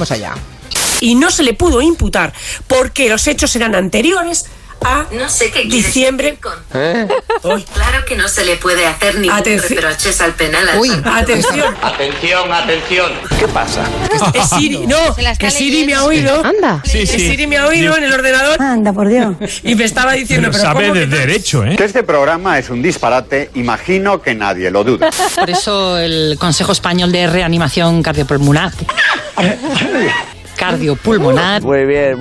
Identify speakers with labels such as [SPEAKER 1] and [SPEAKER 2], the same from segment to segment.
[SPEAKER 1] Vamos allá.
[SPEAKER 2] Y no se le pudo imputar porque los hechos eran anteriores a
[SPEAKER 3] no sé qué
[SPEAKER 2] diciembre.
[SPEAKER 3] Claro que no se le puede hacer ni reproches al penal.
[SPEAKER 2] Atención.
[SPEAKER 4] Atención. ¿Qué pasa?
[SPEAKER 2] Es Siri, no, que Siri me ha oído.
[SPEAKER 5] Anda.
[SPEAKER 2] Sí. Siri me ha oído en el ordenador.
[SPEAKER 5] Anda, por Dios.
[SPEAKER 2] Y me estaba diciendo, pero
[SPEAKER 6] sabe
[SPEAKER 2] ¿cómo
[SPEAKER 6] de derecho, ¿eh?
[SPEAKER 7] Que este programa es un disparate, imagino que nadie lo duda.
[SPEAKER 8] Por eso el Consejo Español de Reanimación Cardiopulmonar.
[SPEAKER 4] Muy bien.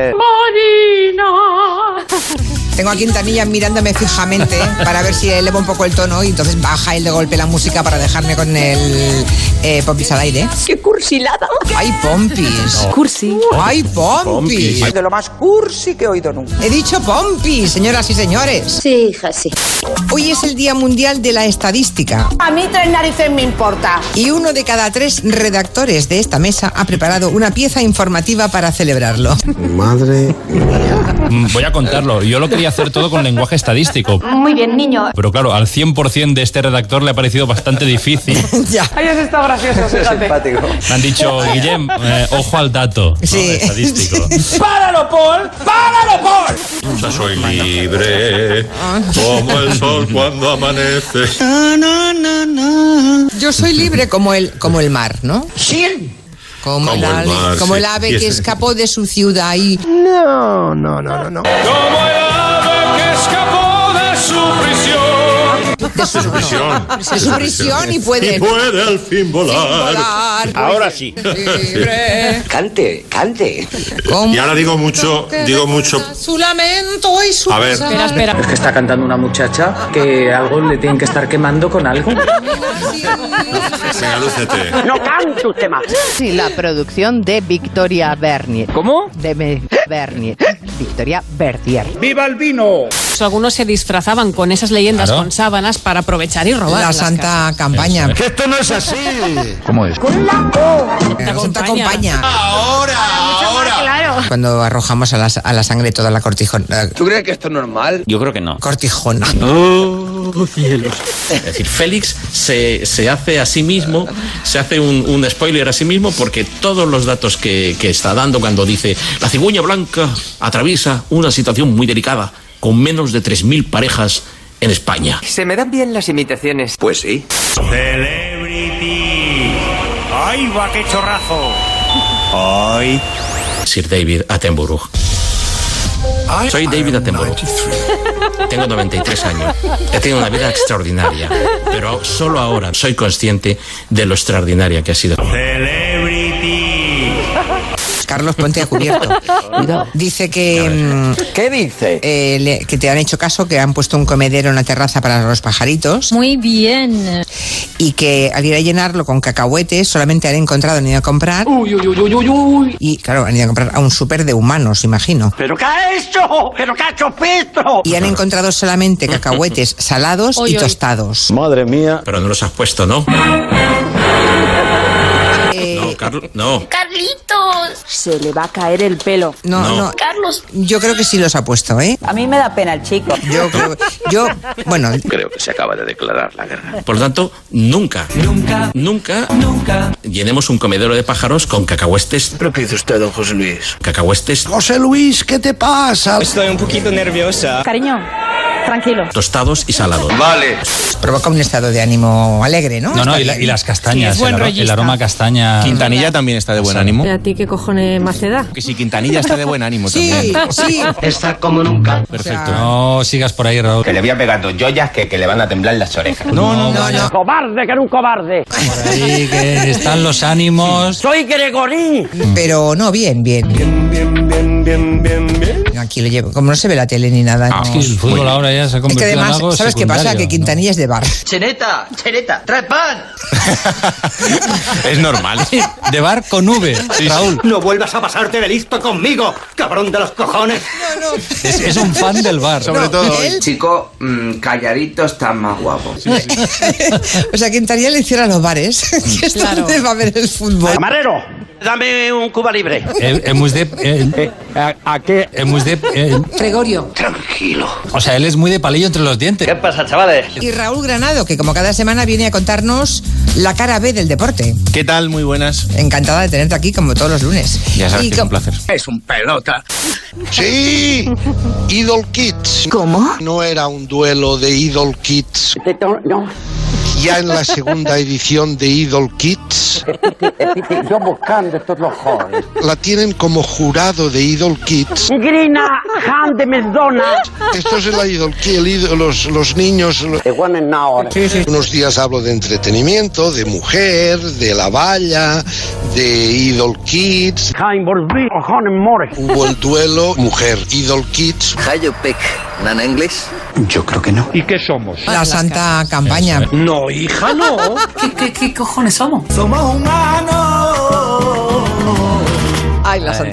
[SPEAKER 1] Tengo a Quintanilla mirándome fijamente para ver si elevo un poco el tono y entonces baja él de golpe la música para dejarme con el Pompis al aire.
[SPEAKER 5] ¡Qué cursilada!
[SPEAKER 1] ¡Ay, Pompis!
[SPEAKER 5] Cursi.
[SPEAKER 1] ¡Ay, Pompis!
[SPEAKER 4] Es de lo más cursi que he oído nunca.
[SPEAKER 1] He dicho Pompis, señoras y señores.
[SPEAKER 5] Sí, hija, sí.
[SPEAKER 1] Hoy es el Día Mundial de la Estadística.
[SPEAKER 5] A mí 3 narices me importa.
[SPEAKER 1] Y uno de cada 3 redactores de esta mesa ha preparado una pieza informativa para celebrarlo.
[SPEAKER 9] Madre mía.
[SPEAKER 6] Voy a contarlo. Yo lo quería hacer todo con lenguaje estadístico.
[SPEAKER 5] Muy bien, niño.
[SPEAKER 6] Pero claro, al 100% de este redactor le ha parecido bastante difícil.
[SPEAKER 1] Ya.
[SPEAKER 2] Ay, has estado gracioso, fíjate.
[SPEAKER 4] Simpático.
[SPEAKER 6] Me han dicho, Guillem, ojo al dato.
[SPEAKER 1] Sí.
[SPEAKER 6] ¿no? Estadístico.
[SPEAKER 4] ¡Páralo, Paul!
[SPEAKER 9] Ya soy libre, como el sol cuando amanece.
[SPEAKER 1] Yo soy libre como el mar, ¿no?
[SPEAKER 4] Sí.
[SPEAKER 1] Como
[SPEAKER 9] Como el mar,
[SPEAKER 1] como
[SPEAKER 9] sí.
[SPEAKER 1] el ave
[SPEAKER 9] Y
[SPEAKER 1] que
[SPEAKER 9] ese-
[SPEAKER 1] escapó de su ciudad y...
[SPEAKER 4] No.
[SPEAKER 6] Como el ave que escapó de su prisión.
[SPEAKER 1] De su
[SPEAKER 9] prisión.
[SPEAKER 1] De su prisión y puede...
[SPEAKER 9] Y puede al fin volar.
[SPEAKER 1] volar.
[SPEAKER 4] Ahora sí.
[SPEAKER 1] Libre.
[SPEAKER 4] Cante.
[SPEAKER 1] Como
[SPEAKER 9] Y ahora digo mucho.
[SPEAKER 1] su lamento y su...
[SPEAKER 9] A ver.
[SPEAKER 8] Espera.
[SPEAKER 10] Es que está cantando una muchacha que algo le tienen que estar quemando con algo.
[SPEAKER 9] Venga, lúcete.
[SPEAKER 4] No cante usted más.
[SPEAKER 11] Sí, la producción de Victoria Bernier.
[SPEAKER 10] ¿Cómo?
[SPEAKER 11] Bernier. Victoria Verdier.
[SPEAKER 4] ¡Viva el vino!
[SPEAKER 2] Algunos se disfrazaban con esas leyendas
[SPEAKER 6] Claro.
[SPEAKER 2] con sábanas para aprovechar y robar.
[SPEAKER 1] La
[SPEAKER 2] las
[SPEAKER 1] santa
[SPEAKER 2] casas.
[SPEAKER 1] campaña.
[SPEAKER 9] Que esto no es así.
[SPEAKER 6] ¿Cómo es?
[SPEAKER 1] La santa compañía.
[SPEAKER 9] Ahora.
[SPEAKER 5] Claro.
[SPEAKER 1] Cuando arrojamos a la sangre toda la cortijona.
[SPEAKER 4] ¿Tú crees que esto es normal?
[SPEAKER 10] Yo creo que no.
[SPEAKER 1] Cortijona.
[SPEAKER 10] Es decir, Félix se hace a sí mismo, se hace un spoiler a sí mismo porque todos los datos que está dando cuando dice la cigüeña blanca atraviesa una situación muy delicada con menos de 3.000 parejas en España.
[SPEAKER 4] Se me dan bien las imitaciones. Pues sí.
[SPEAKER 6] Celebrity. ¡Ay, va, qué chorrazo! ¡Ay!
[SPEAKER 10] Sir David Attenborough. Soy David Attenborough. Tengo 93 años. He tenido una vida extraordinaria, pero solo ahora soy consciente de lo extraordinaria que ha sido.
[SPEAKER 6] Celebrity.
[SPEAKER 1] Carlos, ponte a cubierto. Dice que...
[SPEAKER 4] ¿Qué dice?
[SPEAKER 1] que te han hecho caso, que han puesto un comedero en la terraza para los pajaritos
[SPEAKER 5] Muy bien.
[SPEAKER 1] y que al ir a llenarlo con cacahuetes solamente han encontrado, han ido a comprar y claro, han ido a comprar a un súper de humanos, imagino,
[SPEAKER 4] ¿Pero qué ha hecho? ¿Pero qué ha hecho Pedro?
[SPEAKER 1] y han encontrado solamente cacahuetes salados y tostados.
[SPEAKER 9] Madre mía.
[SPEAKER 10] Pero no los has puesto, ¿no? No, Carlos, no.
[SPEAKER 5] Carlitos.
[SPEAKER 11] Se le va a caer el pelo.
[SPEAKER 1] No,
[SPEAKER 5] Carlos.
[SPEAKER 1] yo creo que sí los ha puesto, ¿eh?
[SPEAKER 11] A mí me da pena el chico.
[SPEAKER 1] Bueno,
[SPEAKER 4] Creo que se acaba de declarar la guerra.
[SPEAKER 10] Por lo tanto, nunca llenemos un comedero de pájaros con cacahuetes.
[SPEAKER 4] ¿Pero qué dice usted, don José Luis?
[SPEAKER 10] Cacahuetes
[SPEAKER 9] José Luis, ¿qué te pasa?
[SPEAKER 4] Estoy un poquito nerviosa.
[SPEAKER 11] Cariño, tranquilo.
[SPEAKER 10] tostados y salados.
[SPEAKER 4] Vale.
[SPEAKER 1] provoca un estado de ánimo alegre, ¿no?
[SPEAKER 6] No,
[SPEAKER 1] Está
[SPEAKER 6] y las castañas,
[SPEAKER 2] Sí, es buen
[SPEAKER 6] el
[SPEAKER 2] rollista.
[SPEAKER 6] aroma castaña.
[SPEAKER 12] Quintanilla también está de buen ánimo.
[SPEAKER 2] ¿A ti qué cojones más te da?
[SPEAKER 12] Que si Quintanilla está de buen ánimo
[SPEAKER 1] Sí,
[SPEAKER 12] también.
[SPEAKER 1] sí.
[SPEAKER 4] Está como nunca.
[SPEAKER 6] Perfecto. No sigas por ahí, Raúl.
[SPEAKER 4] Que le voy a pegar 2 joyas que le van a temblar las orejas.
[SPEAKER 1] No.
[SPEAKER 4] ¡Cobarde, que era un cobarde!
[SPEAKER 6] Por ahí que están los ánimos.
[SPEAKER 4] ¡Soy Gregorín!
[SPEAKER 1] Pero no, bien. Aquí lo llevo. Como no se ve la tele ni nada.
[SPEAKER 6] Es que el fútbol ahora ya se ha
[SPEAKER 1] Es que
[SPEAKER 6] convertido en
[SPEAKER 1] además,
[SPEAKER 6] algo
[SPEAKER 1] ¿sabes qué pasa?
[SPEAKER 6] secundario,
[SPEAKER 1] Que Quintanilla es de bar.
[SPEAKER 4] Cheneta, trae pan.
[SPEAKER 12] Es normal.
[SPEAKER 6] De bar con V, Raúl.
[SPEAKER 4] No vuelvas a pasarte de listo conmigo, cabrón de los cojones.
[SPEAKER 6] Es un fan del bar.
[SPEAKER 12] Sobre todo hoy.
[SPEAKER 4] Chico, calladito está más guapo.
[SPEAKER 1] O sea, Quintanilla le cierra los bares. Que es donde va a ver el fútbol.
[SPEAKER 4] Camarero, dame un Cuba libre.
[SPEAKER 6] ¿A qué?
[SPEAKER 1] Gregorio.
[SPEAKER 4] Tranquilo.
[SPEAKER 6] O sea, él es
[SPEAKER 13] muy de palillo entre los dientes.
[SPEAKER 4] ¿Qué pasa, chavales?
[SPEAKER 1] Y Raúl Granado, que como cada semana viene a contarnos la cara B del deporte.
[SPEAKER 12] ¿Qué tal? Muy buenas.
[SPEAKER 1] Encantada de tenerte aquí como todos los lunes.
[SPEAKER 12] Ya sabes que es un placer.
[SPEAKER 6] Es un pelota.
[SPEAKER 9] Sí, Idol Kids.
[SPEAKER 11] ¿Cómo?
[SPEAKER 9] No era un duelo de Idol Kids.
[SPEAKER 11] No.
[SPEAKER 9] Ya en la segunda edición de Idol Kids
[SPEAKER 11] Yo buscando estos los jóvenes.
[SPEAKER 9] la tienen como jurado de Idol Kids.
[SPEAKER 11] Grina, Han de McDonald's.
[SPEAKER 9] Esto es el Idol Kids, los niños.
[SPEAKER 11] The one and now.
[SPEAKER 9] Unos días hablo de entretenimiento, de mujer, de la valla, de Idol Kids. Hubo el duelo mujer Idol Kids.
[SPEAKER 14] ¿Nan inglés?
[SPEAKER 9] Yo creo que no.
[SPEAKER 4] ¿Y qué somos?
[SPEAKER 1] La santa campaña.
[SPEAKER 4] No, hija, no.
[SPEAKER 2] ¿Qué cojones somos?
[SPEAKER 1] Ay, la santa